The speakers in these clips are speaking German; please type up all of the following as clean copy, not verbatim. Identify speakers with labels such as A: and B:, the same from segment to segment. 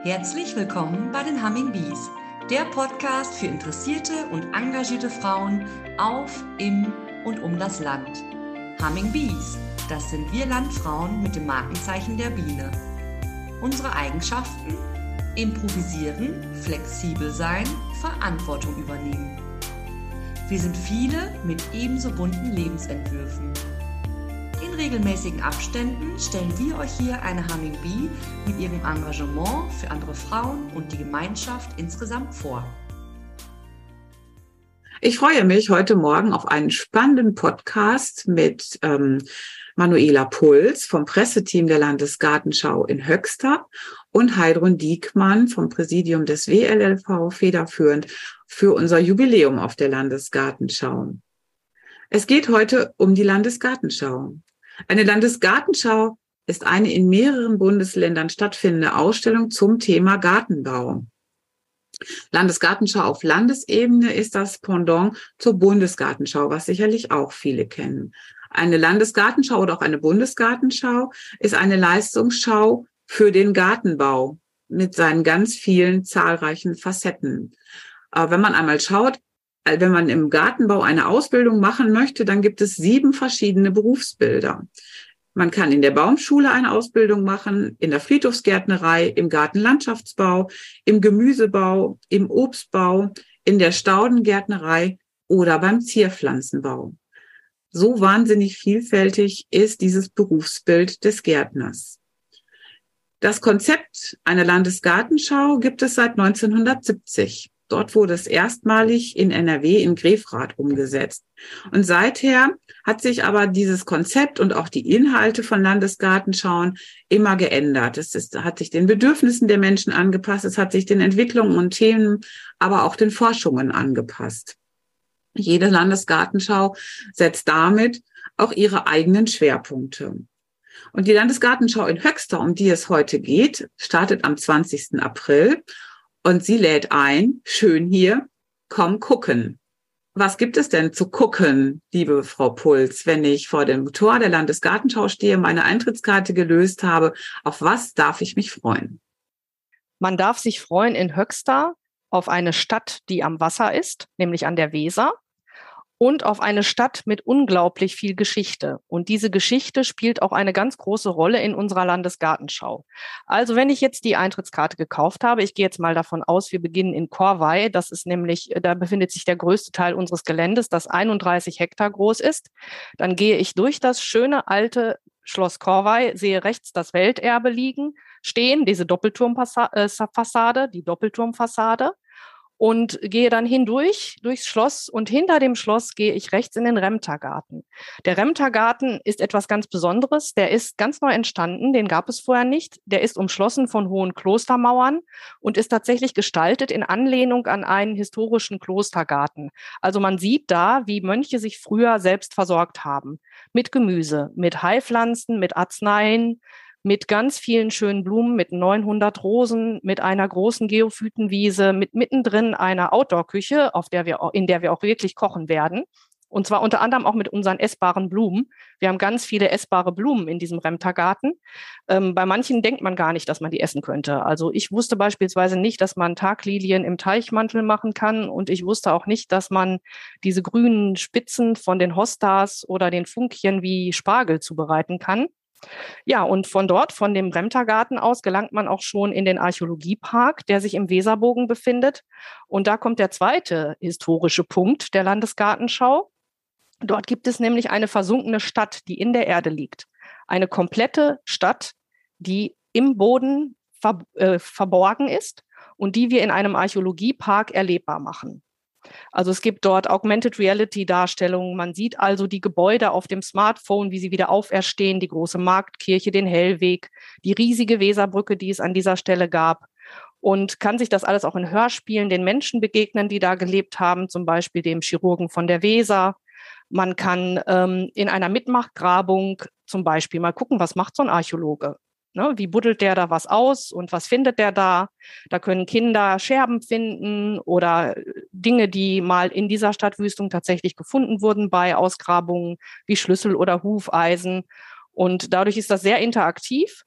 A: Herzlich willkommen bei den Humming Bees, der Podcast für interessierte und engagierte Frauen auf, im und um das Land. Humming Bees, das sind wir Landfrauen mit dem Markenzeichen der Biene. Unsere Eigenschaften? Improvisieren, flexibel sein, Verantwortung übernehmen. Wir sind viele mit ebenso bunten Lebensentwürfen. In regelmäßigen Abständen stellen wir euch hier eine Humming Bee mit ihrem Engagement für andere Frauen und die Gemeinschaft insgesamt vor.
B: Ich freue mich heute Morgen auf einen spannenden Podcast mit Manuela Puls vom Presseteam der Landesgartenschau in Höxter und Heidrun Diekmann vom Präsidium des WLLV federführend für unser Jubiläum auf der Landesgartenschau. Es geht heute um die Landesgartenschau. Eine Landesgartenschau ist eine in mehreren Bundesländern stattfindende Ausstellung zum Thema Gartenbau. Landesgartenschau auf Landesebene ist das Pendant zur Bundesgartenschau, was sicherlich auch viele kennen. Eine Landesgartenschau oder auch eine Bundesgartenschau ist eine Leistungsschau für den Gartenbau mit seinen ganz vielen zahlreichen Facetten. Aber wenn man einmal schaut, wenn man im Gartenbau eine Ausbildung machen möchte, dann gibt es 7 verschiedene Berufsbilder. Man kann in der Baumschule eine Ausbildung machen, in der Friedhofsgärtnerei, im Gartenlandschaftsbau, im Gemüsebau, im Obstbau, in der Staudengärtnerei oder beim Zierpflanzenbau. So wahnsinnig vielfältig ist dieses Berufsbild des Gärtners. Das Konzept einer Landesgartenschau gibt es seit 1970. Dort wurde es erstmalig in NRW in Grefrath umgesetzt. Und seither hat sich aber dieses Konzept und auch die Inhalte von Landesgartenschauen immer geändert. Hat sich den Bedürfnissen der Menschen angepasst, es hat sich den Entwicklungen und Themen, aber auch den Forschungen angepasst. Jede Landesgartenschau setzt damit auch ihre eigenen Schwerpunkte. Und die Landesgartenschau in Höxter, um die es heute geht, startet am 20. April. Und sie lädt ein, schön hier, komm gucken. Was gibt es denn zu gucken, liebe Frau Puls, wenn ich vor dem Tor der Landesgartenschau stehe, meine Eintrittskarte gelöst habe? Auf was darf ich mich freuen?
C: Man darf sich freuen in Höxter auf eine Stadt, die am Wasser ist, nämlich an der Weser, und auf eine Stadt mit unglaublich viel Geschichte. Und diese Geschichte spielt auch eine ganz große Rolle in unserer Landesgartenschau. Also wenn ich jetzt die Eintrittskarte gekauft habe, ich gehe jetzt mal davon aus, wir beginnen in Korvey. Das ist nämlich, da befindet sich der größte Teil unseres Geländes, das 31 Hektar groß ist. Dann gehe ich durch das schöne alte Schloss Korvey, sehe rechts das Welterbe stehen, diese Doppelturmfassade, die Doppelturmfassade. Und gehe dann durchs Schloss, und hinter dem Schloss gehe ich rechts in den Remtergarten. Der Remtergarten ist etwas ganz Besonderes, der ist ganz neu entstanden, den gab es vorher nicht. Der ist umschlossen von hohen Klostermauern und ist tatsächlich gestaltet in Anlehnung an einen historischen Klostergarten. Also man sieht da, wie Mönche sich früher selbst versorgt haben. Mit Gemüse, mit Heilpflanzen, mit Arzneien, mit ganz vielen schönen Blumen, mit 900 Rosen, mit einer großen Geophytenwiese, mit mittendrin einer Outdoor-Küche, in der wir auch wirklich kochen werden. Und zwar unter anderem auch mit unseren essbaren Blumen. Wir haben ganz viele essbare Blumen in diesem Remtergarten. Bei manchen denkt man gar nicht, dass man die essen könnte. Also ich wusste beispielsweise nicht, dass man Taglilien im Teichmantel machen kann. Und ich wusste auch nicht, dass man diese grünen Spitzen von den Hostas oder den Funkchen wie Spargel zubereiten kann. Ja, und von dort, von dem Remtergarten aus, gelangt man auch schon in den Archäologiepark, der sich im Weserbogen befindet. Und da kommt der zweite historische Punkt der Landesgartenschau. Dort gibt es nämlich eine versunkene Stadt, die in der Erde liegt. Eine komplette Stadt, die im Boden verborgen ist und die wir in einem Archäologiepark erlebbar machen. Also es gibt dort Augmented Reality Darstellungen. Man sieht also die Gebäude auf dem Smartphone, wie sie wieder auferstehen, die große Marktkirche, den Hellweg, die riesige Weserbrücke, die es an dieser Stelle gab, und kann sich das alles auch in Hörspielen den Menschen begegnen, die da gelebt haben, zum Beispiel dem Chirurgen von der Weser. Man kann in einer Mitmachgrabung zum Beispiel mal gucken, was macht so ein Archäologe? Ne, wie buddelt der da was aus und was findet der da? Da können Kinder Scherben finden oder Dinge, die mal in dieser Stadtwüstung tatsächlich gefunden wurden bei Ausgrabungen wie Schlüssel oder Hufeisen. Und dadurch ist das sehr interaktiv.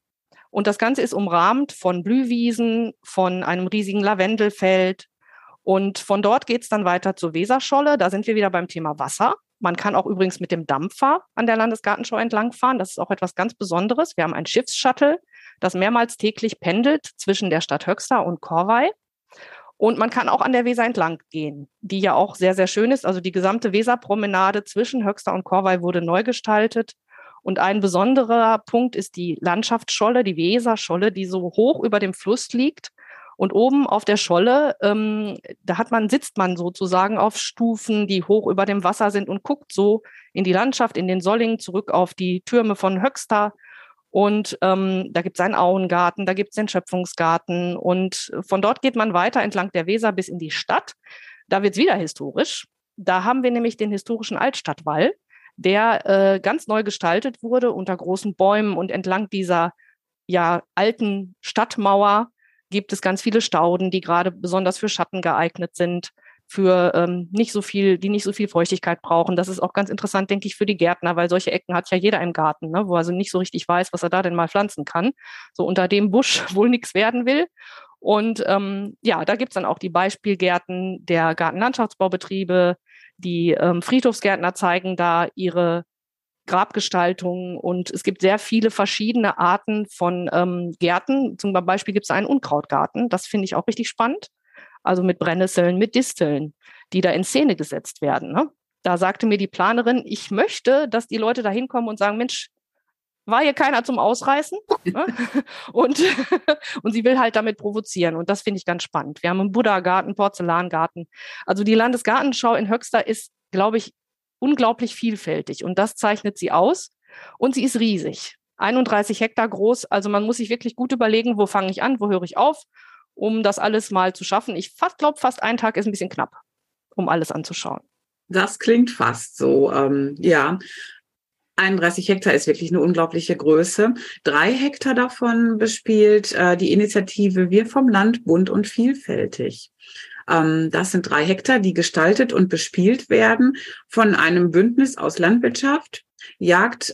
C: Und das Ganze ist umrahmt von Blühwiesen, von einem riesigen Lavendelfeld. Und von dort geht es dann weiter zur Weserscholle. Da sind wir wieder beim Thema Wasser. Man kann auch übrigens mit dem Dampfer an der Landesgartenschau entlangfahren. Das ist auch etwas ganz Besonderes. Wir haben ein Schiffsshuttle, das mehrmals täglich pendelt zwischen der Stadt Höxter und Korvey. Und man kann auch an der Weser entlang gehen, die ja auch sehr, sehr schön ist. Also die gesamte Weserpromenade zwischen Höxter und Korvey wurde neu gestaltet. Und ein besonderer Punkt ist die Landschaftsscholle, die Weserscholle, die so hoch über dem Fluss liegt. Und oben auf der Scholle, sitzt man sozusagen auf Stufen, die hoch über dem Wasser sind und guckt so in die Landschaft, in den Solling, zurück auf die Türme von Höxter. Und da gibt es einen Auengarten, da gibt es den Schöpfungsgarten. Und von dort geht man weiter entlang der Weser bis in die Stadt. Da wird es wieder historisch. Da haben wir nämlich den historischen Altstadtwall, der ganz neu gestaltet wurde unter großen Bäumen. Und entlang dieser alten Stadtmauer gibt es ganz viele Stauden, die gerade besonders für Schatten geeignet sind, für die nicht so viel Feuchtigkeit brauchen. Das ist auch ganz interessant, denke ich, für die Gärtner, weil solche Ecken hat ja jeder im Garten, ne, wo er also nicht so richtig weiß, was er da denn mal pflanzen kann. So unter dem Busch wohl nichts werden will. Und da gibt es dann auch die Beispielgärten der Gartenlandschaftsbaubetriebe. Die Friedhofsgärtner zeigen da ihre Grabgestaltung und es gibt sehr viele verschiedene Arten von Gärten. Zum Beispiel gibt es einen Unkrautgarten, das finde ich auch richtig spannend. Also mit Brennnesseln, mit Disteln, die da in Szene gesetzt werden. Ne? Da sagte mir die Planerin, ich möchte, dass die Leute da hinkommen und sagen, Mensch, war hier keiner zum Ausreißen? Ne? Und sie will halt damit provozieren und das finde ich ganz spannend. Wir haben einen Buddha-Garten, Porzellangarten. Also die Landesgartenschau in Höxter ist, glaube ich, unglaublich vielfältig und das zeichnet sie aus und sie ist riesig. 31 Hektar groß, also man muss sich wirklich gut überlegen, wo fange ich an, wo höre ich auf, um das alles mal zu schaffen. Ich glaube, fast ein Tag ist ein bisschen knapp, um alles anzuschauen.
B: Das klingt fast so, 31 Hektar ist wirklich eine unglaubliche Größe. 3 Hektar davon bespielt die Initiative Wir vom Land, bunt und vielfältig. Das sind 3 Hektar, die gestaltet und bespielt werden von einem Bündnis aus Landwirtschaft, Jagd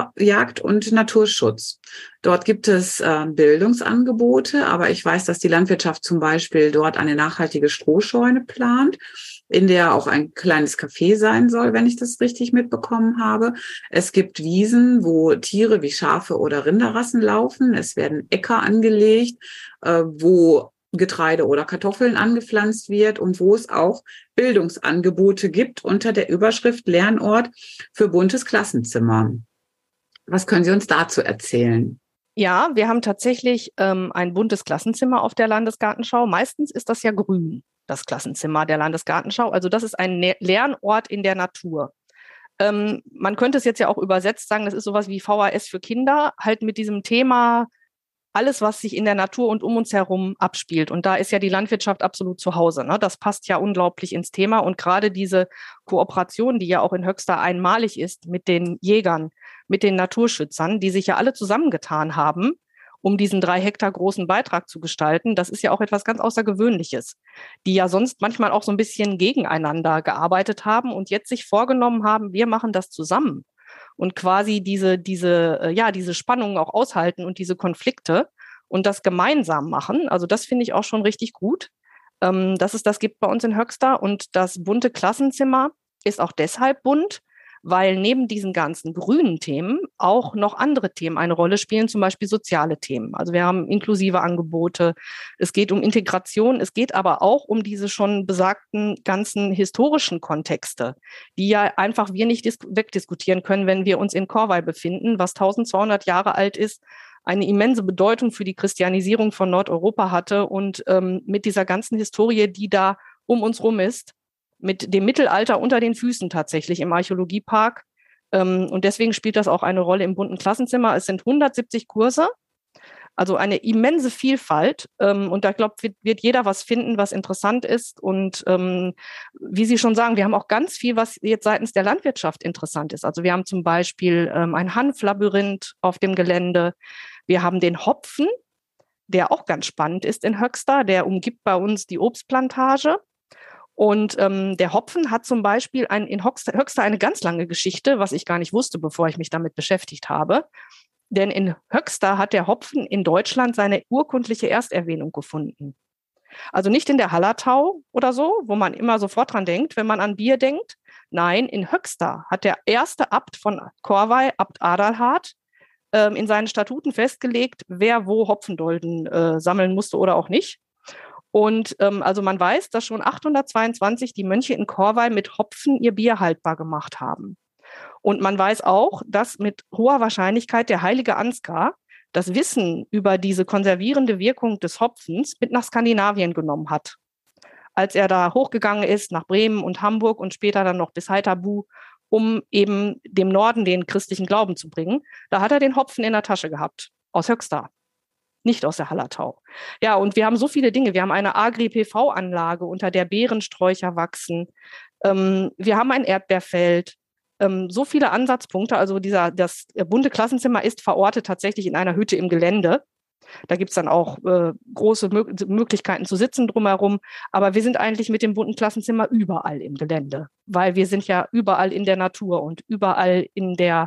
B: und Naturschutz. Dort gibt es Bildungsangebote, aber ich weiß, dass die Landwirtschaft zum Beispiel dort eine nachhaltige Strohscheune plant, in der auch ein kleines Café sein soll, wenn ich das richtig mitbekommen habe. Es gibt Wiesen, wo Tiere wie Schafe oder Rinderrassen laufen. Es werden Äcker angelegt, wo Getreide oder Kartoffeln angepflanzt wird und wo es auch Bildungsangebote gibt unter der Überschrift Lernort für buntes Klassenzimmer. Was können Sie uns dazu erzählen?
C: Ja, wir haben tatsächlich ein buntes Klassenzimmer auf der Landesgartenschau. Meistens ist das ja grün, das Klassenzimmer der Landesgartenschau. Also das ist ein Lernort in der Natur. Man könnte es jetzt ja auch übersetzt sagen, das ist sowas wie VHS für Kinder, halt mit diesem Thema alles, was sich in der Natur und um uns herum abspielt. Und da ist ja die Landwirtschaft absolut zu Hause. Ne? Das passt ja unglaublich ins Thema. Und gerade diese Kooperation, die ja auch in Höxter einmalig ist mit den Jägern, mit den Naturschützern, die sich ja alle zusammengetan haben, um diesen 3 Hektar großen Beitrag zu gestalten, das ist ja auch etwas ganz Außergewöhnliches, die ja sonst manchmal auch so ein bisschen gegeneinander gearbeitet haben und jetzt sich vorgenommen haben, wir machen das zusammen. Und quasi diese Spannungen auch aushalten und diese Konflikte und das gemeinsam machen. Also das finde ich auch schon richtig gut, dass es das gibt bei uns in Höxter. Und das bunte Klassenzimmer ist auch deshalb bunt, weil neben diesen ganzen grünen Themen auch noch andere Themen eine Rolle spielen, zum Beispiel soziale Themen. Also wir haben inklusive Angebote, es geht um Integration, es geht aber auch um diese schon besagten ganzen historischen Kontexte, die ja einfach wir nicht wegdiskutieren können, wenn wir uns in Korvey befinden, was 1200 Jahre alt ist, eine immense Bedeutung für die Christianisierung von Nordeuropa hatte und mit dieser ganzen Historie, die da um uns rum ist, mit dem Mittelalter unter den Füßen tatsächlich im Archäologiepark. Und deswegen spielt das auch eine Rolle im bunten Klassenzimmer. Es sind 170 Kurse, also eine immense Vielfalt. Und da, glaube ich, wird jeder was finden, was interessant ist. Und wie Sie schon sagen, wir haben auch ganz viel, was jetzt seitens der Landwirtschaft interessant ist. Also wir haben zum Beispiel ein Hanflabyrinth auf dem Gelände. Wir haben den Hopfen, der auch ganz spannend ist in Höxter. Der umgibt bei uns die Obstplantage. Und der Hopfen hat zum Beispiel in Höxter eine ganz lange Geschichte, was ich gar nicht wusste, bevor ich mich damit beschäftigt habe. Denn in Höxter hat der Hopfen in Deutschland seine urkundliche Ersterwähnung gefunden. Also nicht in der Hallertau oder so, wo man immer sofort dran denkt, wenn man an Bier denkt. Nein, in Höxter hat der erste Abt von Korvey, Abt Adalhard, in seinen Statuten festgelegt, wer wo Hopfendolden sammeln musste oder auch nicht. Und also man weiß, dass schon 822 die Mönche in Korvey mit Hopfen ihr Bier haltbar gemacht haben. Und man weiß auch, dass mit hoher Wahrscheinlichkeit der heilige Ansgar das Wissen über diese konservierende Wirkung des Hopfens mit nach Skandinavien genommen hat. Als er da hochgegangen ist nach Bremen und Hamburg und später dann noch bis Haithabu, um eben dem Norden den christlichen Glauben zu bringen, da hat er den Hopfen in der Tasche gehabt, aus Höxter, nicht aus der Hallertau. Ja, und wir haben so viele Dinge. Wir haben eine Agri-PV-Anlage, unter der Beerensträucher wachsen. Wir haben ein Erdbeerfeld. So viele Ansatzpunkte. Also das bunte Klassenzimmer ist verortet tatsächlich in einer Hütte im Gelände. Da gibt es dann auch große Möglichkeiten zu sitzen drumherum. Aber wir sind eigentlich mit dem bunten Klassenzimmer überall im Gelände, weil wir sind ja überall in der Natur und überall in der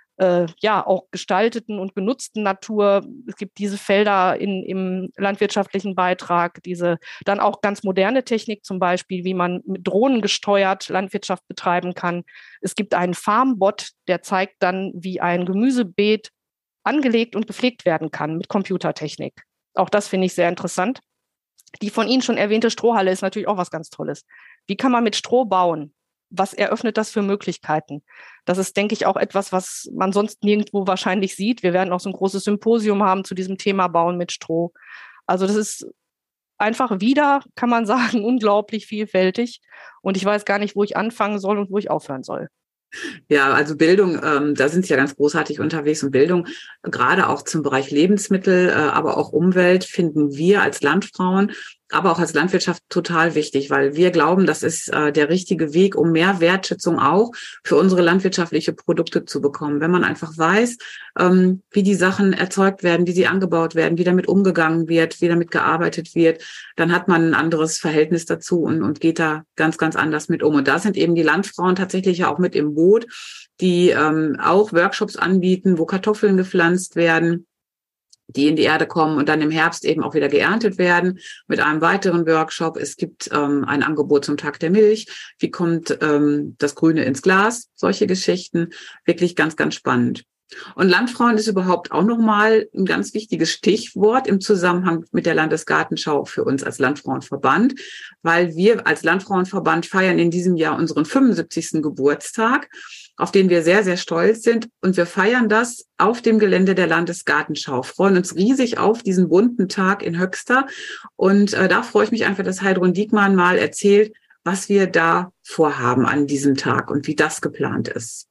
C: auch gestalteten und genutzten Natur. Es gibt diese Felder im landwirtschaftlichen Beitrag, diese dann auch ganz moderne Technik, zum Beispiel, wie man mit Drohnen gesteuert Landwirtschaft betreiben kann. Es gibt einen Farmbot, der zeigt dann, wie ein Gemüsebeet angelegt und gepflegt werden kann mit Computertechnik. Auch das finde ich sehr interessant. Die von Ihnen schon erwähnte Strohhalle ist natürlich auch was ganz Tolles. Wie kann man mit Stroh bauen? Was eröffnet das für Möglichkeiten? Das ist, denke ich, auch etwas, was man sonst nirgendwo wahrscheinlich sieht. Wir werden auch so ein großes Symposium haben zu diesem Thema Bauen mit Stroh. Also das ist einfach wieder, kann man sagen, unglaublich vielfältig. Und ich weiß gar nicht, wo ich anfangen soll und wo ich aufhören soll.
B: Ja, also Bildung, da sind Sie ja ganz großartig unterwegs, und Bildung, gerade auch zum Bereich Lebensmittel, aber auch Umwelt, finden wir als Landfrauen, aber auch als Landwirtschaft total wichtig, weil wir glauben, das ist der richtige Weg, um mehr Wertschätzung auch für unsere landwirtschaftliche Produkte zu bekommen. Wenn man einfach weiß, wie die Sachen erzeugt werden, wie sie angebaut werden, wie damit umgegangen wird, wie damit gearbeitet wird, dann hat man ein anderes Verhältnis dazu und geht da ganz, ganz anders mit um. Und da sind eben die Landfrauen tatsächlich ja auch mit im Boot, die auch Workshops anbieten, wo Kartoffeln gepflanzt werden, die in die Erde kommen und dann im Herbst eben auch wieder geerntet werden, mit einem weiteren Workshop. Es gibt ein Angebot zum Tag der Milch. Wie kommt das Grüne ins Glas? Solche Geschichten. Wirklich ganz, ganz spannend. Und Landfrauen ist überhaupt auch nochmal ein ganz wichtiges Stichwort im Zusammenhang mit der Landesgartenschau für uns als Landfrauenverband, weil wir als Landfrauenverband feiern in diesem Jahr unseren 75. Geburtstag, auf den wir sehr, sehr stolz sind. Und wir feiern das auf dem Gelände der Landesgartenschau, freuen uns riesig auf diesen bunten Tag in Höxter. Und da freue ich mich einfach, dass Heidrun Diekmann mal erzählt, was wir da vorhaben an diesem Tag und wie das geplant ist.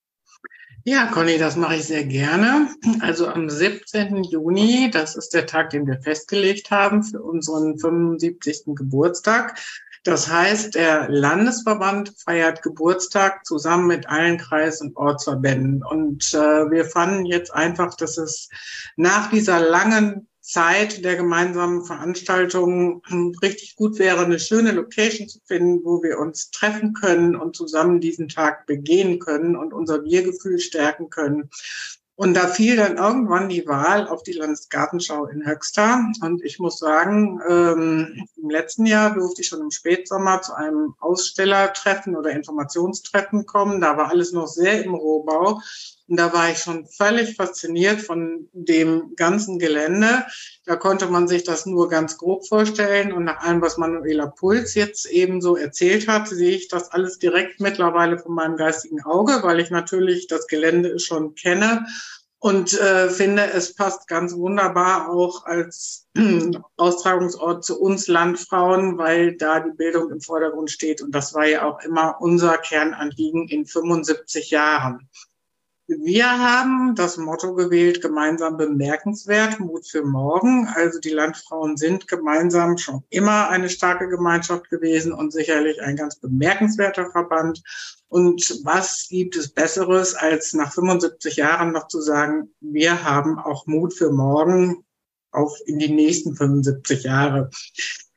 D: Ja, Conny, das mache ich sehr gerne. Also am 17. Juni, das ist der Tag, den wir festgelegt haben für unseren 75. Geburtstag. Das heißt, der Landesverband feiert Geburtstag zusammen mit allen Kreis- und Ortsverbänden. Und wir fanden jetzt einfach, dass es nach dieser langen Zeit der gemeinsamen Veranstaltungen richtig gut wäre, eine schöne Location zu finden, wo wir uns treffen können und zusammen diesen Tag begehen können und unser Wir-Gefühl stärken können. Und da fiel dann irgendwann die Wahl auf die Landesgartenschau in Höxter. Und ich muss sagen, im letzten Jahr durfte ich schon im Spätsommer zu einem Ausstellertreffen oder Informationstreffen kommen. Da war alles noch sehr im Rohbau. Und da war ich schon völlig fasziniert von dem ganzen Gelände. Da konnte man sich das nur ganz grob vorstellen. Und nach allem, was Manuela Puls jetzt eben so erzählt hat, sehe ich das alles direkt mittlerweile von meinem geistigen Auge, weil ich natürlich das Gelände schon kenne und finde, es passt ganz wunderbar auch als Austragungsort zu uns Landfrauen, weil da die Bildung im Vordergrund steht. Und das war ja auch immer unser Kernanliegen in 75 Jahren. Wir haben das Motto gewählt, gemeinsam bemerkenswert, Mut für morgen. Also die Landfrauen sind gemeinsam schon immer eine starke Gemeinschaft gewesen und sicherlich ein ganz bemerkenswerter Verband. Und was gibt es Besseres, als nach 75 Jahren noch zu sagen, wir haben auch Mut für morgen auf in die nächsten 75 Jahre.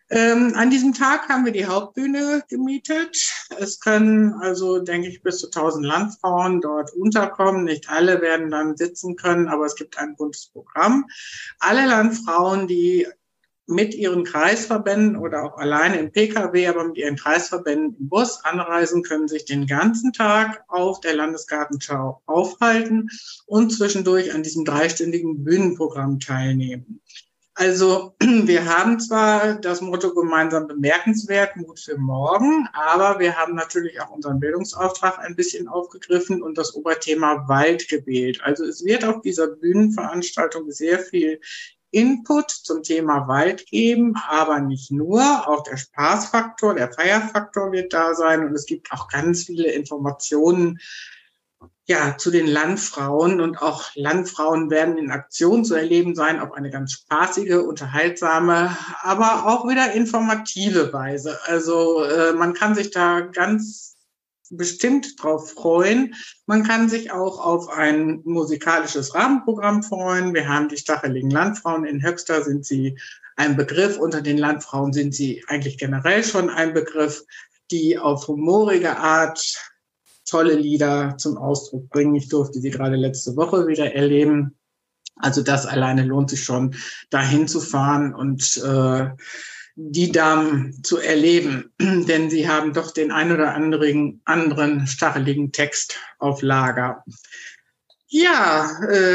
D: An diesem Tag haben wir die Hauptbühne gemietet. Es können also, denke ich, bis zu 1000 Landfrauen dort unterkommen. Nicht alle werden dann sitzen können, aber es gibt ein buntes Programm. Alle Landfrauen, die mit ihren Kreisverbänden oder auch alleine im Pkw, aber mit ihren Kreisverbänden im Bus anreisen, können sich den ganzen Tag auf der Landesgartenschau aufhalten und zwischendurch an diesem 3-stündigen Bühnenprogramm teilnehmen. Also wir haben zwar das Motto gemeinsam bemerkenswert, Mut für morgen, aber wir haben natürlich auch unseren Bildungsauftrag ein bisschen aufgegriffen und das Oberthema Wald gewählt. Also es wird auf dieser Bühnenveranstaltung sehr viel Input zum Thema Wald geben, aber nicht nur. Auch der Spaßfaktor, der Feierfaktor wird da sein und es gibt auch ganz viele Informationen zu den Landfrauen, und auch Landfrauen werden in Aktion zu erleben sein, auf eine ganz spaßige, unterhaltsame, aber auch wieder informative Weise. Also man kann sich da ganz bestimmt drauf freuen. Man kann sich auch auf ein musikalisches Rahmenprogramm freuen. Wir haben die Stacheligen Landfrauen in Höxter, sind sie ein Begriff. Unter den Landfrauen sind sie eigentlich generell schon ein Begriff, die auf humorige Art tolle Lieder zum Ausdruck bringen. Ich durfte sie gerade letzte Woche wieder erleben. Also das alleine lohnt sich schon, dahin zu fahren und die Damen zu erleben, denn sie haben doch den ein oder anderen stacheligen Text auf Lager. Ja,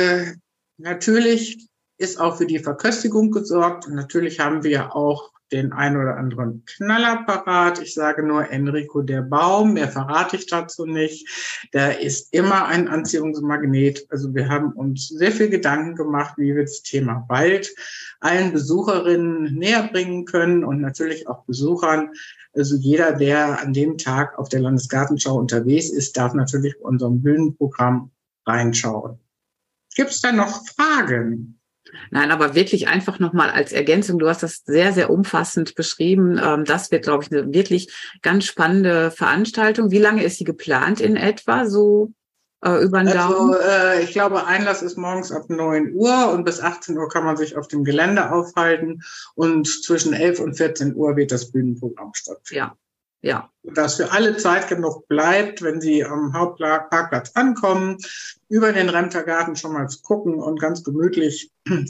D: natürlich ist auch für die Verköstigung gesorgt und natürlich haben wir auch den ein oder anderen Knaller parat. Ich sage nur Enrico der Baum, mehr verrate ich dazu nicht. Der ist immer ein Anziehungsmagnet. Also wir haben uns sehr viel Gedanken gemacht, wie wir das Thema Wald allen Besucherinnen näher bringen können und natürlich auch Besuchern. Also jeder, der an dem Tag auf der Landesgartenschau unterwegs ist, darf natürlich bei unserem Bühnenprogramm reinschauen. Gibt es da noch Fragen?
B: Nein, aber wirklich einfach nochmal als Ergänzung. Du hast das sehr, sehr umfassend beschrieben. Das wird, glaube ich, eine wirklich ganz spannende Veranstaltung. Wie lange ist sie geplant in etwa, so über den Daumen?
D: Also ich glaube, Einlass ist morgens ab 9 Uhr und bis 18 Uhr kann man sich auf dem Gelände aufhalten. Und zwischen 11 und 14 Uhr wird das Bühnenprogramm stattfinden.
B: Ja.
D: Dass für alle Zeit genug bleibt, wenn Sie am Hauptparkplatz ankommen, über den Remter Garten schon mal zu gucken und ganz gemütlich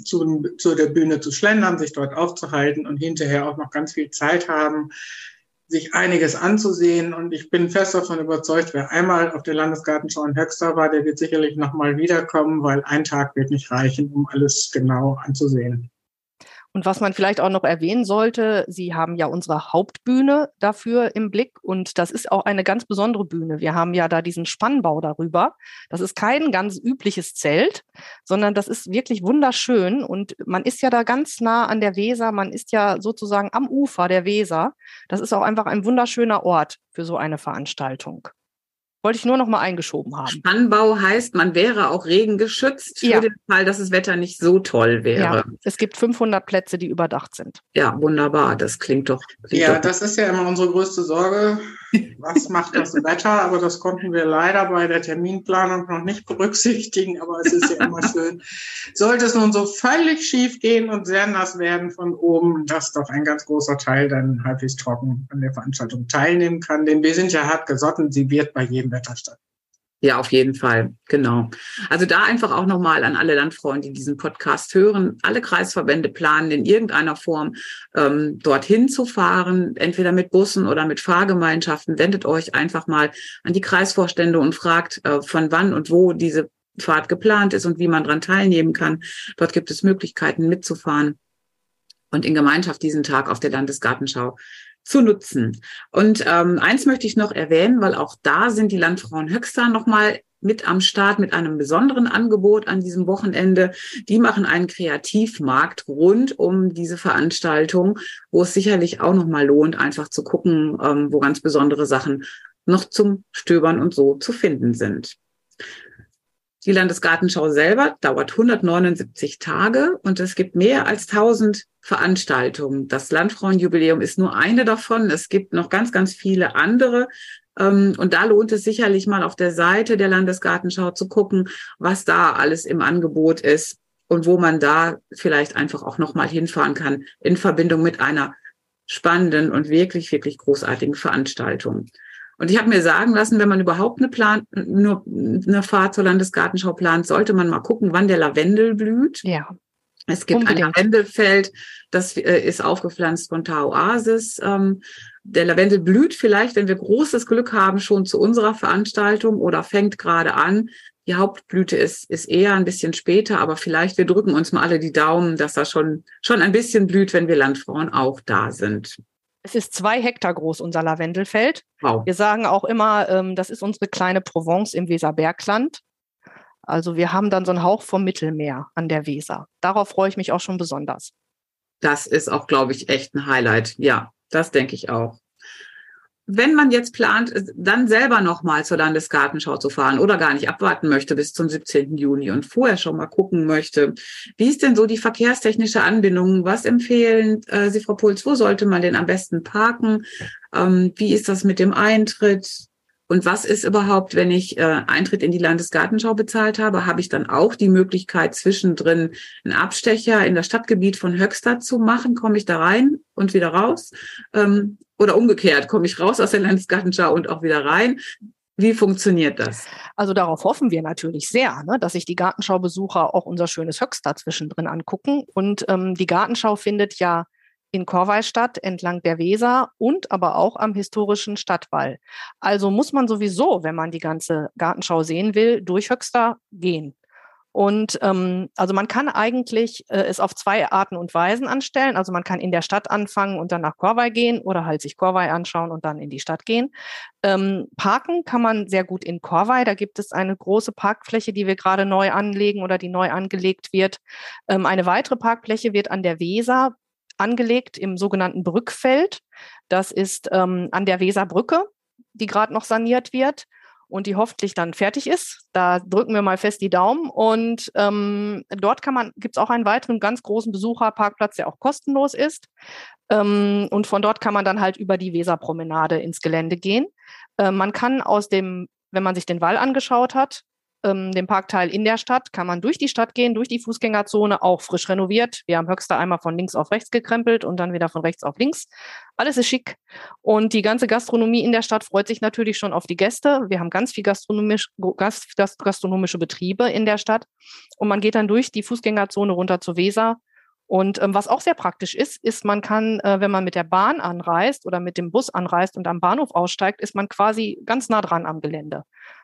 D: zu der Bühne zu schlendern, sich dort aufzuhalten und hinterher auch noch ganz viel Zeit haben, sich einiges anzusehen. Und ich bin fest davon überzeugt, wer einmal auf der Landesgartenschau in Höxter war, der wird sicherlich nochmal wiederkommen, weil ein Tag wird nicht reichen, um alles genau anzusehen.
C: Und was man vielleicht auch noch erwähnen sollte, Sie haben ja unsere Hauptbühne dafür im Blick und das ist auch eine ganz besondere Bühne. Wir haben ja da diesen Spannbau darüber. Das ist kein ganz übliches Zelt, sondern das ist wirklich wunderschön und man ist ja da ganz nah an der Weser, man ist ja sozusagen am Ufer der Weser. Das ist auch einfach ein wunderschöner Ort für so eine Veranstaltung. Wollte ich nur noch mal eingeschoben haben.
B: Spannbau heißt, man wäre auch regengeschützt für den Fall, dass das Wetter nicht so toll wäre.
C: Ja, es gibt 500 Plätze, die überdacht sind.
B: Ja, wunderbar. Das klingt doch.
D: Das ist ja immer unsere größte Sorge. Was macht das Wetter? Aber das konnten wir leider bei der Terminplanung noch nicht berücksichtigen. Aber es ist ja immer schön. Sollte es nun so völlig schief gehen und sehr nass werden von oben, dass doch ein ganz großer Teil dann halbwegs trocken an der Veranstaltung teilnehmen kann. Denn wir sind ja hart gesotten. Sie wird bei jedem Wetter statt.
B: Ja, auf jeden Fall, genau. Also da einfach auch nochmal an alle Landfrauen, die diesen Podcast hören, alle Kreisverbände planen in irgendeiner Form dorthin zu fahren, entweder mit Bussen oder mit Fahrgemeinschaften. Wendet euch einfach mal an die Kreisvorstände und fragt, von wann und wo diese Fahrt geplant ist und wie man dran teilnehmen kann. Dort gibt es Möglichkeiten mitzufahren und in Gemeinschaft diesen Tag auf der Landesgartenschau zu nutzen. Und eins möchte ich noch erwähnen, weil auch da sind die Landfrauen Höxter nochmal mit am Start mit einem besonderen Angebot an diesem Wochenende. Die machen einen Kreativmarkt rund um diese Veranstaltung, wo es sicherlich auch nochmal lohnt, einfach zu gucken, wo ganz besondere Sachen noch zum Stöbern und so zu finden sind. Die Landesgartenschau selber dauert 179 Tage und es gibt mehr als 1000 Veranstaltungen. Das Landfrauenjubiläum ist nur eine davon. Es gibt noch ganz, ganz viele andere. Und da lohnt es sicherlich mal auf der Seite der Landesgartenschau zu gucken, was da alles im Angebot ist und wo man da vielleicht einfach auch noch mal hinfahren kann in Verbindung mit einer spannenden und wirklich, wirklich großartigen Veranstaltung. Und ich habe mir sagen lassen, wenn man überhaupt nur eine Fahrt zur Landesgartenschau plant, sollte man mal gucken, wann der Lavendel blüht.
C: Ja.
B: Es gibt
C: Unbedingt.
B: ein Lavendelfeld, das ist aufgepflanzt von Taoasis. Der Lavendel blüht vielleicht, wenn wir großes Glück haben, schon zu unserer Veranstaltung oder fängt gerade an. Die Hauptblüte ist eher ein bisschen später, aber vielleicht wir drücken uns mal alle die Daumen, dass da schon ein bisschen blüht, wenn wir Landfrauen auch da sind.
C: Es ist 2 Hektar groß, unser Lavendelfeld.
B: Wow.
C: Wir sagen auch immer, das ist unsere kleine Provence im Weserbergland. Also wir haben dann so einen Hauch vom Mittelmeer an der Weser. Darauf freue ich mich auch schon besonders.
B: Das ist auch, glaube ich, echt ein Highlight. Ja, das denke ich auch. Wenn man jetzt plant, dann selber nochmal zur Landesgartenschau zu fahren oder gar nicht abwarten möchte bis zum 17. Juni und vorher schon mal gucken möchte, wie ist denn so die verkehrstechnische Anbindung? Was empfehlen Sie, Frau Puls? Wo sollte man denn am besten parken? Wie ist das mit dem Eintritt? Und was ist überhaupt, wenn ich Eintritt in die Landesgartenschau bezahlt habe? Habe ich dann auch die Möglichkeit, zwischendrin einen Abstecher in das Stadtgebiet von Höxter zu machen? Komme ich da rein und wieder raus? Oder umgekehrt, komme ich raus aus der Landesgartenschau und auch wieder rein? Wie funktioniert das?
C: Also darauf hoffen wir natürlich sehr, ne, dass sich die Gartenschaubesucher auch unser schönes Höxter zwischendrin angucken. Und die Gartenschau findet ja in Korvey statt, entlang der Weser und aber auch am historischen Stadtwall. Also muss man sowieso, wenn man die ganze Gartenschau sehen will, durch Höxter gehen. Und also man kann eigentlich es auf 2 Arten und Weisen anstellen. Also man kann in der Stadt anfangen und dann nach Korvey gehen oder halt sich Korvey anschauen und dann in die Stadt gehen. Parken kann man sehr gut in Korvey. Da gibt es eine große Parkfläche, die wir gerade neu anlegen oder die neu angelegt wird. Eine weitere Parkfläche wird an der Weser angelegt im sogenannten Brückfeld. Das ist an der Weserbrücke, die gerade noch saniert wird und die hoffentlich dann fertig ist. Da drücken wir mal fest die Daumen. Und dort gibt es auch einen weiteren ganz großen Besucherparkplatz, der auch kostenlos ist. Und von dort kann man dann halt über die Weserpromenade ins Gelände gehen. Man kann wenn man sich den Wall angeschaut hat, dem Parkteil in der Stadt, kann man durch die Stadt gehen, durch die Fußgängerzone, auch frisch renoviert. Wir haben Höxter einmal von links auf rechts gekrempelt und dann wieder von rechts auf links. Alles ist schick. Und die ganze Gastronomie in der Stadt freut sich natürlich schon auf die Gäste. Wir haben ganz viel gastronomische Betriebe in der Stadt. Und man geht dann durch die Fußgängerzone runter zur Weser. Und was auch sehr praktisch ist, man kann, wenn man mit der Bahn anreist oder mit dem Bus anreist und am Bahnhof aussteigt, ist man quasi ganz nah dran am Gelände.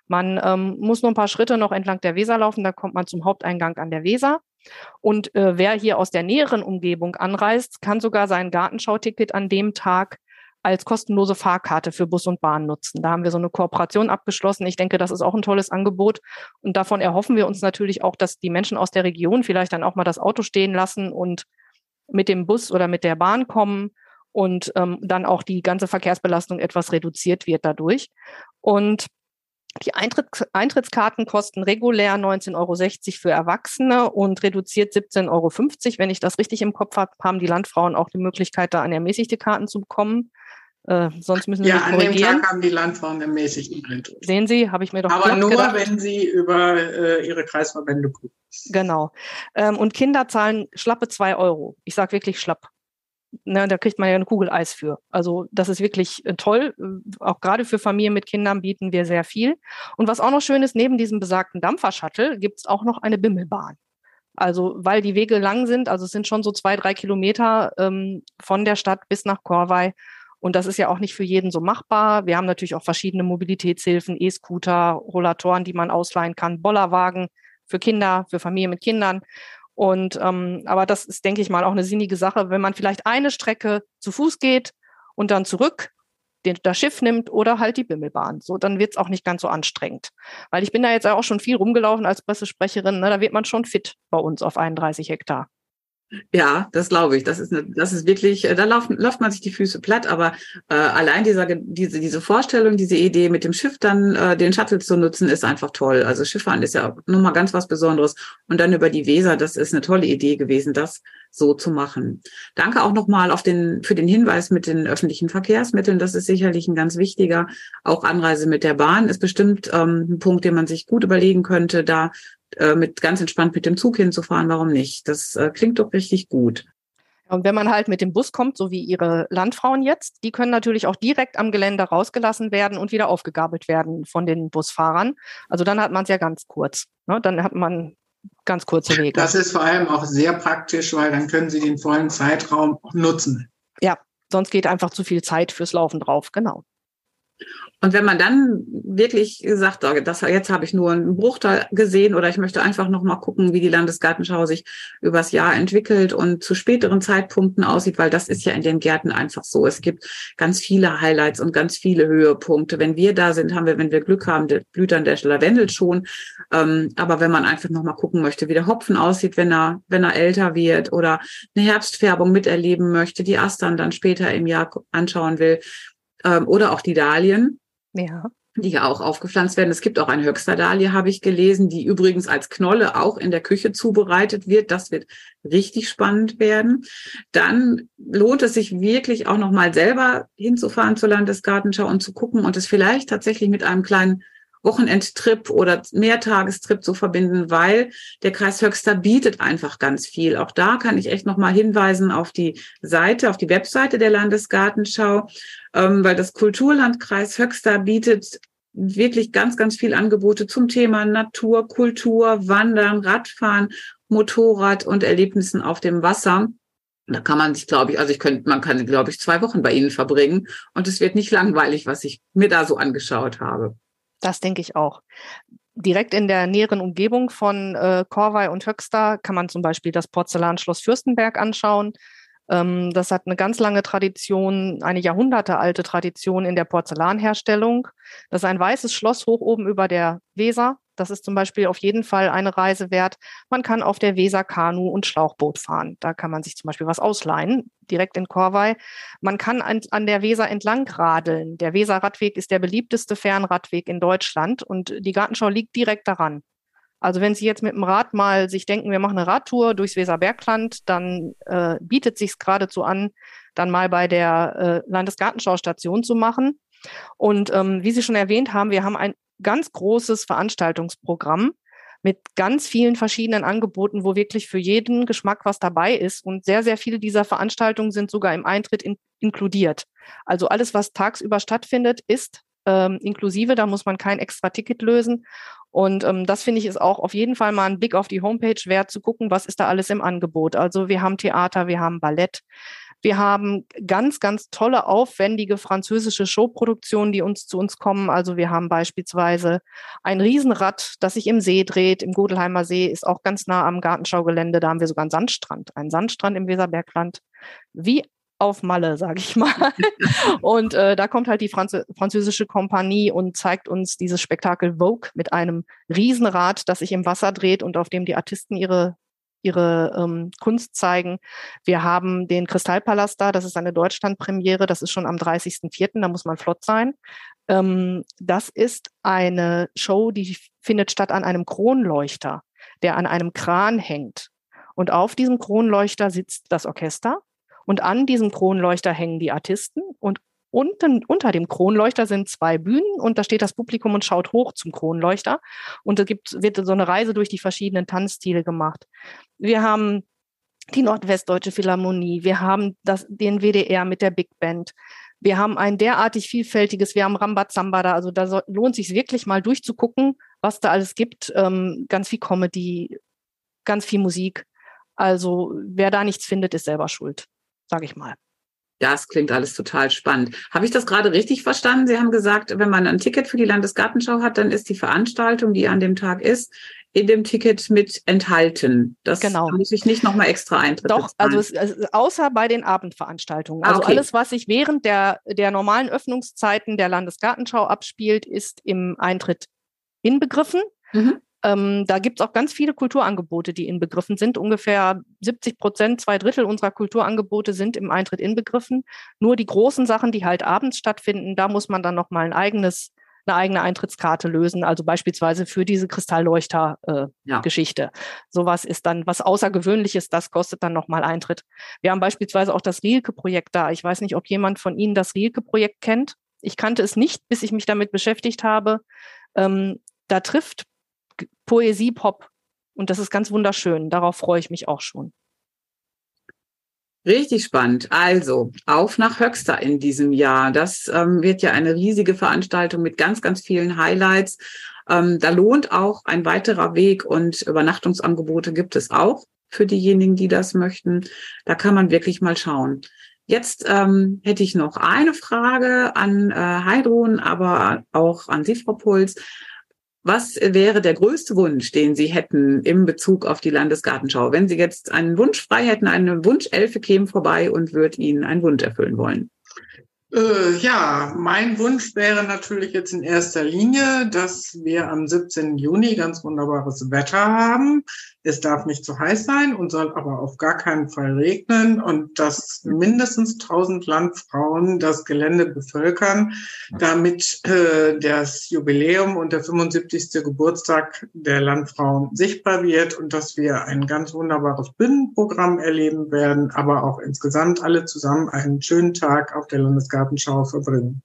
C: Man muss nur ein paar Schritte noch entlang der Weser laufen, dann kommt man zum Haupteingang an der Weser. Und wer hier aus der näheren Umgebung anreist, kann sogar sein Gartenschauticket an dem Tag als kostenlose Fahrkarte für Bus und Bahn nutzen. Da haben wir so eine Kooperation abgeschlossen. Ich denke, das ist auch ein tolles Angebot. Und davon erhoffen wir uns natürlich auch, dass die Menschen aus der Region vielleicht dann auch mal das Auto stehen lassen und mit dem Bus oder mit der Bahn kommen und dann auch die ganze Verkehrsbelastung etwas reduziert wird dadurch. Und die Eintrittskarten kosten regulär 19,60 € für Erwachsene und reduziert 17,50 €. Wenn ich das richtig im Kopf habe, haben die Landfrauen auch die Möglichkeit, da an ermäßigte Karten zu bekommen. Sonst müssen Sie mich korrigieren.
D: Ja, an dem Tag haben die Landfrauen ermäßigten Eintritt.
C: Sehen Sie, habe ich mir doch
D: Aber nur,
C: gedacht.
D: wenn Sie über Ihre Kreisverbände gucken.
C: Genau. Und Kinder zahlen schlappe 2 €. Ich sage wirklich schlapp. Ne, da kriegt man ja eine Kugel Eis für. Also das ist wirklich toll. Auch gerade für Familien mit Kindern bieten wir sehr viel. Und was auch noch schön ist, neben diesem besagten Dampfershuttle gibt es auch noch eine Bimmelbahn. Also weil die Wege lang sind, also es sind schon so 2-3 Kilometer von der Stadt bis nach Korvey. Und das ist ja auch nicht für jeden so machbar. Wir haben natürlich auch verschiedene Mobilitätshilfen, E-Scooter, Rollatoren, die man ausleihen kann, Bollerwagen für Kinder, für Familien mit Kindern. Und aber das ist, denke ich mal, auch eine sinnige Sache, wenn man vielleicht eine Strecke zu Fuß geht und dann zurück das Schiff nimmt oder halt die Bimmelbahn. So, dann wird es auch nicht ganz so anstrengend. Weil ich bin da jetzt auch schon viel rumgelaufen als Pressesprecherin. Ne, da wird man schon fit bei uns auf 31 Hektar.
B: Ja, das glaube ich. Das ist wirklich, da läuft man sich die Füße platt, aber allein diese Vorstellung, diese Idee mit dem Schiff dann den Shuttle zu nutzen, ist einfach toll. Also Schifffahren ist ja nochmal ganz was Besonderes. Und dann über die Weser, das ist eine tolle Idee gewesen, das so zu machen. Danke auch nochmal für den Hinweis mit den öffentlichen Verkehrsmitteln. Das ist sicherlich ein ganz wichtiger. Auch Anreise mit der Bahn ist bestimmt ein Punkt, den man sich gut überlegen könnte, da ganz entspannt mit dem Zug hinzufahren, warum nicht? Das klingt doch richtig gut.
C: Und wenn man halt mit dem Bus kommt, so wie Ihre Landfrauen jetzt, die können natürlich auch direkt am Gelände rausgelassen werden und wieder aufgegabelt werden von den Busfahrern. Also dann hat man es ja ganz kurz. Ne? Dann hat man ganz kurze Wege.
D: Das ist vor allem auch sehr praktisch, weil dann können Sie den vollen Zeitraum nutzen.
C: Ja, sonst geht einfach zu viel Zeit fürs Laufen drauf, genau.
B: Und wenn man dann wirklich sagt, jetzt habe ich nur einen Bruchteil gesehen oder ich möchte einfach noch mal gucken, wie die Landesgartenschau sich übers Jahr entwickelt und zu späteren Zeitpunkten aussieht, weil das ist ja in den Gärten einfach so. Es gibt ganz viele Highlights und ganz viele Höhepunkte. Wenn wir da sind, wenn wir Glück haben, blüht dann der Lavendel schon. Aber wenn man einfach noch mal gucken möchte, wie der Hopfen aussieht, wenn er älter wird oder eine Herbstfärbung miterleben möchte, die Astern dann später im Jahr anschauen will, oder auch die Dahlien, die ja auch aufgepflanzt werden. Es gibt auch eine Höxter-Dahlie, habe ich gelesen, die übrigens als Knolle auch in der Küche zubereitet wird. Das wird richtig spannend werden. Dann lohnt es sich wirklich auch noch mal selber hinzufahren zur Landesgartenschau und zu gucken und es vielleicht tatsächlich mit einem kleinen Wochenendtrip oder Mehrtagestrip zu verbinden, weil der Kreis Höxter bietet einfach ganz viel. Auch da kann ich echt nochmal hinweisen auf die Webseite der Landesgartenschau, weil das Kulturlandkreis Höxter bietet wirklich ganz, ganz viel Angebote zum Thema Natur, Kultur, Wandern, Radfahren, Motorrad und Erlebnissen auf dem Wasser. Da kann man sich, man kann 2 Wochen bei Ihnen verbringen und es wird nicht langweilig, was ich mir da so angeschaut habe.
C: Das denke ich auch. Direkt in der näheren Umgebung von Korvey und Höxter kann man zum Beispiel das Porzellanschloss Fürstenberg anschauen. Das hat eine ganz lange Tradition, eine jahrhundertealte Tradition in der Porzellanherstellung. Das ist ein weißes Schloss hoch oben über der Weser. Das ist zum Beispiel auf jeden Fall eine Reise wert. Man kann auf der Weser Kanu und Schlauchboot fahren. Da kann man sich zum Beispiel was ausleihen, direkt in Korvey. Man kann an der Weser entlang radeln. Der Weser-Radweg ist der beliebteste Fernradweg in Deutschland und die Gartenschau liegt direkt daran. Also wenn Sie jetzt mit dem Rad mal sich denken, wir machen eine Radtour durchs Weserbergland, dann bietet sich's geradezu an, dann mal bei der Landesgartenschau-Station zu machen. Und wie Sie schon erwähnt haben, wir haben ein ganz großes Veranstaltungsprogramm mit ganz vielen verschiedenen Angeboten, wo wirklich für jeden Geschmack was dabei ist. Und sehr, sehr viele dieser Veranstaltungen sind sogar im Eintritt inkludiert. Also alles, was tagsüber stattfindet, ist inklusive. Da muss man kein extra Ticket lösen. Und das finde ich ist auch auf jeden Fall mal ein Blick auf die Homepage wert, zu gucken, was ist da alles im Angebot. Also wir haben Theater, wir haben Ballett, wir haben ganz, ganz tolle, aufwendige französische Showproduktionen, die zu uns kommen. Also wir haben beispielsweise ein Riesenrad, das sich im See dreht. Im Godelheimer See ist auch ganz nah am Gartenschaugelände. Da haben wir sogar einen Sandstrand im Weserbergland. Wie auf Malle, sage ich mal. Und da kommt halt die französische Kompanie und zeigt uns dieses Spektakel Vogue mit einem Riesenrad, das sich im Wasser dreht und auf dem die Artisten ihre Kunst zeigen. Wir haben den Kristallpalast da, das ist eine Deutschlandpremiere, das ist schon am 30.04., da muss man flott sein. Das ist eine Show, die findet statt an einem Kronleuchter, der an einem Kran hängt. Und auf diesem Kronleuchter sitzt das Orchester und an diesem Kronleuchter hängen die Artisten und unter dem Kronleuchter sind 2 Bühnen und da steht das Publikum und schaut hoch zum Kronleuchter und da wird so eine Reise durch die verschiedenen Tanzstile gemacht. Wir haben die Nordwestdeutsche Philharmonie, wir haben den WDR mit der Big Band, wir haben ein derartig vielfältiges, wir haben Rambazamba da, also da lohnt sich wirklich mal durchzugucken, was da alles gibt, ganz viel Comedy, ganz viel Musik. Also wer da nichts findet, ist selber schuld, sage ich mal.
B: Das klingt alles total spannend. Habe ich das gerade richtig verstanden? Sie haben gesagt, wenn man ein Ticket für die Landesgartenschau hat, dann ist die Veranstaltung, die an dem Tag ist, in dem Ticket mit enthalten. Das
C: genau.
B: Muss ich nicht nochmal extra Eintritt
C: Doch,
B: bezahlen.
C: also außer bei den Abendveranstaltungen. Also
B: okay.
C: Alles, was sich während der normalen Öffnungszeiten der Landesgartenschau abspielt, ist im Eintritt inbegriffen. Mhm. Da gibt es auch ganz viele Kulturangebote, die inbegriffen sind. Ungefähr 70%, 2/3 unserer Kulturangebote sind im Eintritt inbegriffen. Nur die großen Sachen, die halt abends stattfinden, da muss man dann nochmal eine eigene Eintrittskarte lösen. Also beispielsweise für diese Kristallleuchter-Geschichte. Sowas ist dann was Außergewöhnliches, das kostet dann nochmal Eintritt. Wir haben beispielsweise auch das Rielke-Projekt da. Ich weiß nicht, ob jemand von Ihnen das Rielke-Projekt kennt. Ich kannte es nicht, bis ich mich damit beschäftigt habe. Da trifft Poesie, Pop. Und das ist ganz wunderschön. Darauf freue ich mich auch schon.
B: Richtig spannend. Also, auf nach Höxter in diesem Jahr. Das wird ja eine riesige Veranstaltung mit ganz, ganz vielen Highlights. Da lohnt auch ein weiterer Weg und Übernachtungsangebote gibt es auch für diejenigen, die das möchten. Da kann man wirklich mal schauen. Jetzt hätte ich noch eine Frage an Heidrun, aber auch an Sie, Frau Puls. Was wäre der größte Wunsch, den Sie hätten in Bezug auf die Landesgartenschau? Wenn Sie jetzt einen Wunsch frei hätten, eine Wunschelfe käme vorbei und würde Ihnen einen Wunsch erfüllen wollen.
D: Ja, mein Wunsch wäre natürlich jetzt in erster Linie, dass wir am 17. Juni ganz wunderbares Wetter haben. Es darf nicht zu heiß sein und soll aber auf gar keinen Fall regnen und dass mindestens 1000 Landfrauen das Gelände bevölkern, damit das Jubiläum und der 75. Geburtstag der Landfrauen sichtbar wird und dass wir ein ganz wunderbares Bühnenprogramm erleben werden, aber auch insgesamt alle zusammen einen schönen Tag auf der Landesgartenschau verbringen.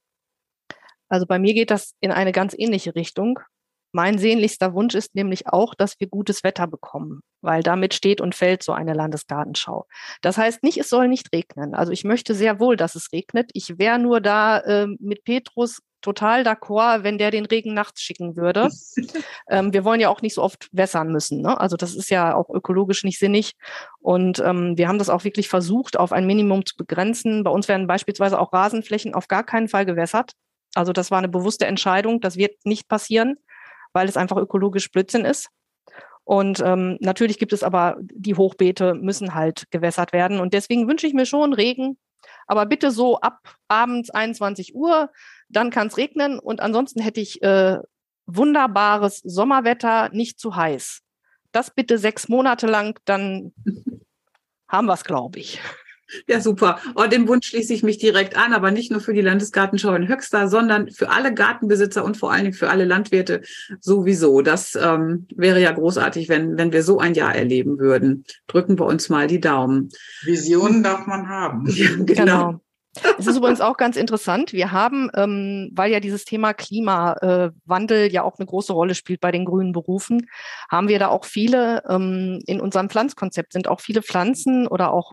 C: Also bei mir geht das in eine ganz ähnliche Richtung. Mein sehnlichster Wunsch ist nämlich auch, dass wir gutes Wetter bekommen, weil damit steht und fällt so eine Landesgartenschau. Das heißt nicht, es soll nicht regnen. Also ich möchte sehr wohl, dass es regnet. Ich wäre nur da mit Petrus total d'accord, wenn der den Regen nachts schicken würde. Wir wollen ja auch nicht so oft wässern müssen, ne? Also das ist ja auch ökologisch nicht sinnig. Und wir haben das auch wirklich versucht, auf ein Minimum zu begrenzen. Bei uns werden beispielsweise auch Rasenflächen auf gar keinen Fall gewässert. Also das war eine bewusste Entscheidung. Das wird nicht passieren, weil es einfach ökologisch Blödsinn ist. Und natürlich gibt es aber, die Hochbeete müssen halt gewässert werden. Und deswegen wünsche ich mir schon Regen, aber bitte so ab abends 21 Uhr, dann kann es regnen. Und ansonsten hätte ich wunderbares Sommerwetter, nicht zu heiß. Das bitte 6 Monate lang, dann haben wir es, glaube ich.
B: Ja, super. Oh, dem Wunsch schließe ich mich direkt an, aber nicht nur für die Landesgartenschau in Höxter, sondern für alle Gartenbesitzer und vor allen Dingen für alle Landwirte sowieso. Das wäre ja großartig, wenn wir so ein Jahr erleben würden. Drücken wir uns mal die Daumen.
D: Visionen darf man haben.
B: Ja, genau.
C: Es ist übrigens auch ganz interessant. Wir haben, weil ja dieses Thema Klimawandel ja auch eine große Rolle spielt bei den grünen Berufen, haben wir da auch viele, in unserem Pflanzkonzept sind auch viele Pflanzen oder auch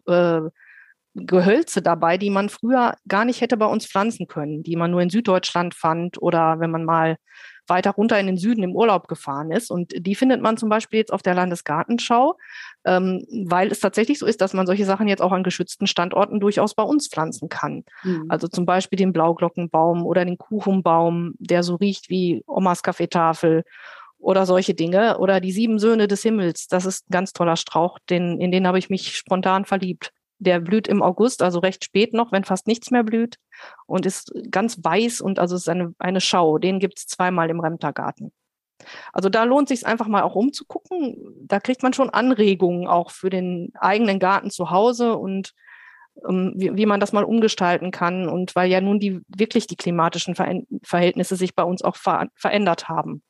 C: Gehölze dabei, die man früher gar nicht hätte bei uns pflanzen können, die man nur in Süddeutschland fand oder wenn man mal weiter runter in den Süden im Urlaub gefahren ist. Und die findet man zum Beispiel jetzt auf der Landesgartenschau, weil es tatsächlich so ist, dass man solche Sachen jetzt auch an geschützten Standorten durchaus bei uns pflanzen kann. Mhm. Also zum Beispiel den Blauglockenbaum oder den Kuchenbaum, der so riecht wie Omas Kaffeetafel oder solche Dinge. Oder die 7 Söhne des Himmels, das ist ein ganz toller Strauch, in den habe ich mich spontan verliebt. Der blüht im August, also recht spät noch, wenn fast nichts mehr blüht und ist ganz weiß und also ist eine Schau. Den gibt es 2-mal im Remtergarten. Also da lohnt es sich einfach mal auch umzugucken. Da kriegt man schon Anregungen auch für den eigenen Garten zu Hause und wie man das mal umgestalten kann. Und weil ja nun wirklich die klimatischen Verhältnisse sich bei uns auch verändert haben.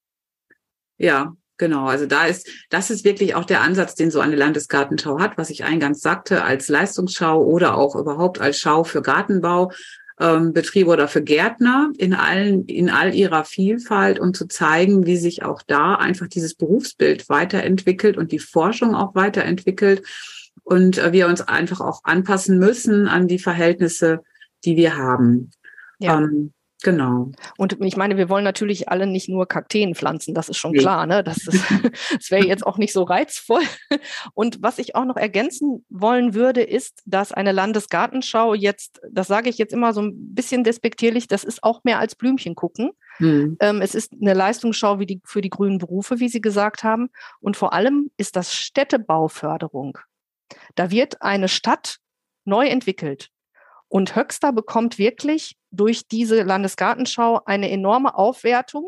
B: Ja. Genau, also das ist wirklich auch der Ansatz, den so eine Landesgartenschau hat, was ich eingangs sagte, als Leistungsschau oder auch überhaupt als Schau für Gartenbaubetriebe oder für Gärtner in all ihrer Vielfalt und zu zeigen, wie sich auch da einfach dieses Berufsbild weiterentwickelt und die Forschung auch weiterentwickelt und wir uns einfach auch anpassen müssen an die Verhältnisse, die wir haben.
C: Ja.
B: Genau.
C: Und ich meine, wir wollen natürlich alle nicht nur Kakteen pflanzen, das ist schon klar, ne? Das wäre jetzt auch nicht so reizvoll. Und was ich auch noch ergänzen wollen würde, ist, dass eine Landesgartenschau jetzt, das sage ich jetzt immer so ein bisschen despektierlich, das ist auch mehr als Blümchen gucken. Es ist eine Leistungsschau für die grünen Berufe, wie Sie gesagt haben. Und vor allem ist das Städtebauförderung. Da wird eine Stadt neu entwickelt. Und Höxter bekommt wirklich durch diese Landesgartenschau eine enorme Aufwertung,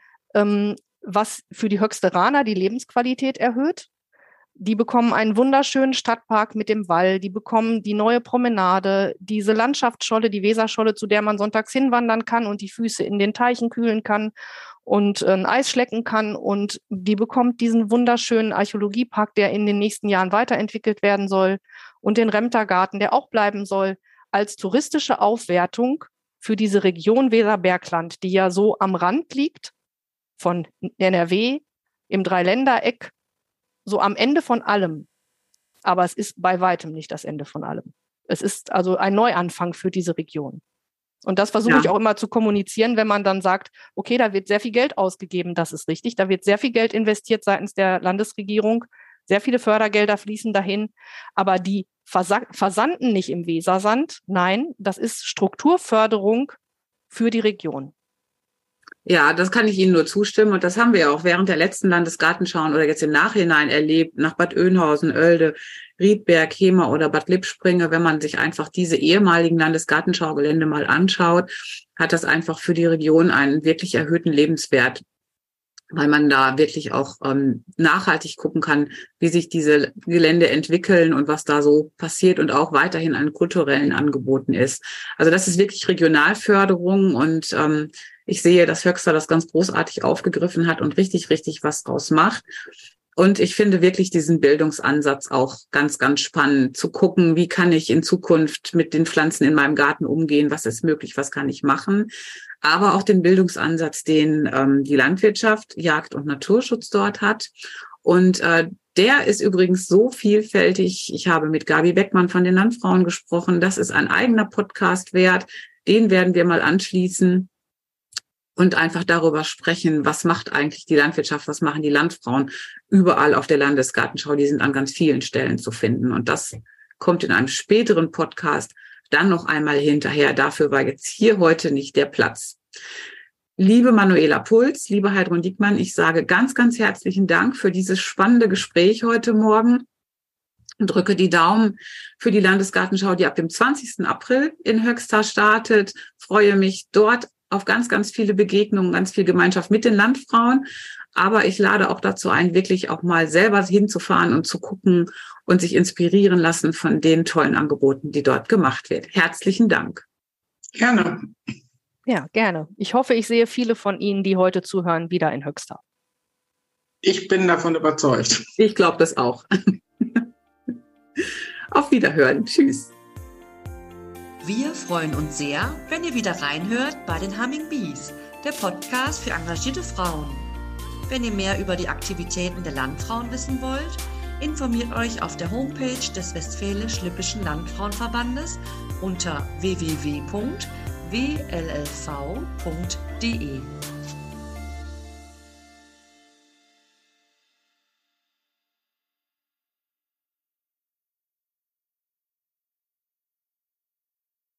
C: was für die Höxteraner die Lebensqualität erhöht. Die bekommen einen wunderschönen Stadtpark mit dem Wall, die bekommen die neue Promenade, diese Landschaftsscholle, die Weserscholle, zu der man sonntags hinwandern kann und die Füße in den Teichen kühlen kann und ein Eis schlecken kann. Und die bekommt diesen wunderschönen Archäologiepark, der in den nächsten Jahren weiterentwickelt werden soll, und den Remtergarten, der auch bleiben soll, als touristische Aufwertung für diese Region Weserbergland, die ja so am Rand liegt von NRW, im Dreiländereck, so am Ende von allem. aber es ist bei weitem nicht das Ende von allem. Es ist also ein Neuanfang für diese Region. Und das versuche ich auch immer zu kommunizieren, wenn man dann sagt, okay, da wird sehr viel Geld ausgegeben, das ist richtig, da wird sehr viel Geld investiert seitens der Landesregierung, sehr viele Fördergelder fließen dahin, aber die versanden nicht im Wesersand. Nein, das ist Strukturförderung für die Region.
B: Ja, das kann ich Ihnen nur zustimmen. Und das haben wir ja auch während der letzten Landesgartenschauen oder jetzt im Nachhinein erlebt, nach Bad Oeynhausen, Oelde, Riedberg, Hemer oder Bad Lippspringe. Wenn man sich einfach diese ehemaligen Landesgartenschaugelände mal anschaut, hat das einfach für die Region einen wirklich erhöhten Lebenswert, weil man da wirklich auch nachhaltig gucken kann, wie sich diese Gelände entwickeln und was da so passiert und auch weiterhin an kulturellen Angeboten ist. Also das ist wirklich Regionalförderung und ich sehe, dass Höxter das ganz großartig aufgegriffen hat und richtig, richtig was draus macht. Und ich finde wirklich diesen Bildungsansatz auch ganz, ganz spannend, zu gucken, wie kann ich in Zukunft mit den Pflanzen in meinem Garten umgehen, was ist möglich, was kann ich machen. Aber auch den Bildungsansatz, den die Landwirtschaft, Jagd und Naturschutz dort hat. Und der ist übrigens so vielfältig. Ich habe mit Gabi Beckmann von den Landfrauen gesprochen. Das ist ein eigener Podcast wert. Den werden wir mal anschließen und einfach darüber sprechen, was macht eigentlich die Landwirtschaft, was machen die Landfrauen überall auf der Landesgartenschau. Die sind an ganz vielen Stellen zu finden. Und das kommt in einem späteren Podcast dann noch einmal hinterher. Dafür war jetzt hier heute nicht der Platz. Liebe Manuela Puls, liebe Heidrun Diekmann, ich sage ganz, ganz herzlichen Dank für dieses spannende Gespräch heute Morgen. Und drücke die Daumen für die Landesgartenschau, die ab dem 20. April in Höxter startet. Freue mich dort auf ganz, ganz viele Begegnungen, ganz viel Gemeinschaft mit den Landfrauen. Aber ich lade auch dazu ein, wirklich auch mal selber hinzufahren und zu gucken und sich inspirieren lassen von den tollen Angeboten, die dort gemacht werden. Herzlichen Dank.
D: Gerne.
C: Ja, gerne. Ich hoffe, ich sehe viele von Ihnen, die heute zuhören, wieder in Höxter.
D: Ich bin davon überzeugt.
B: Ich glaube das auch. Auf Wiederhören. Tschüss.
A: Wir freuen uns sehr, wenn ihr wieder reinhört bei den Humming Bees, der Podcast für engagierte Frauen. Wenn ihr mehr über die Aktivitäten der Landfrauen wissen wollt, informiert euch auf der Homepage des Westfälisch-Lippischen Landfrauenverbandes unter www.wllv.de.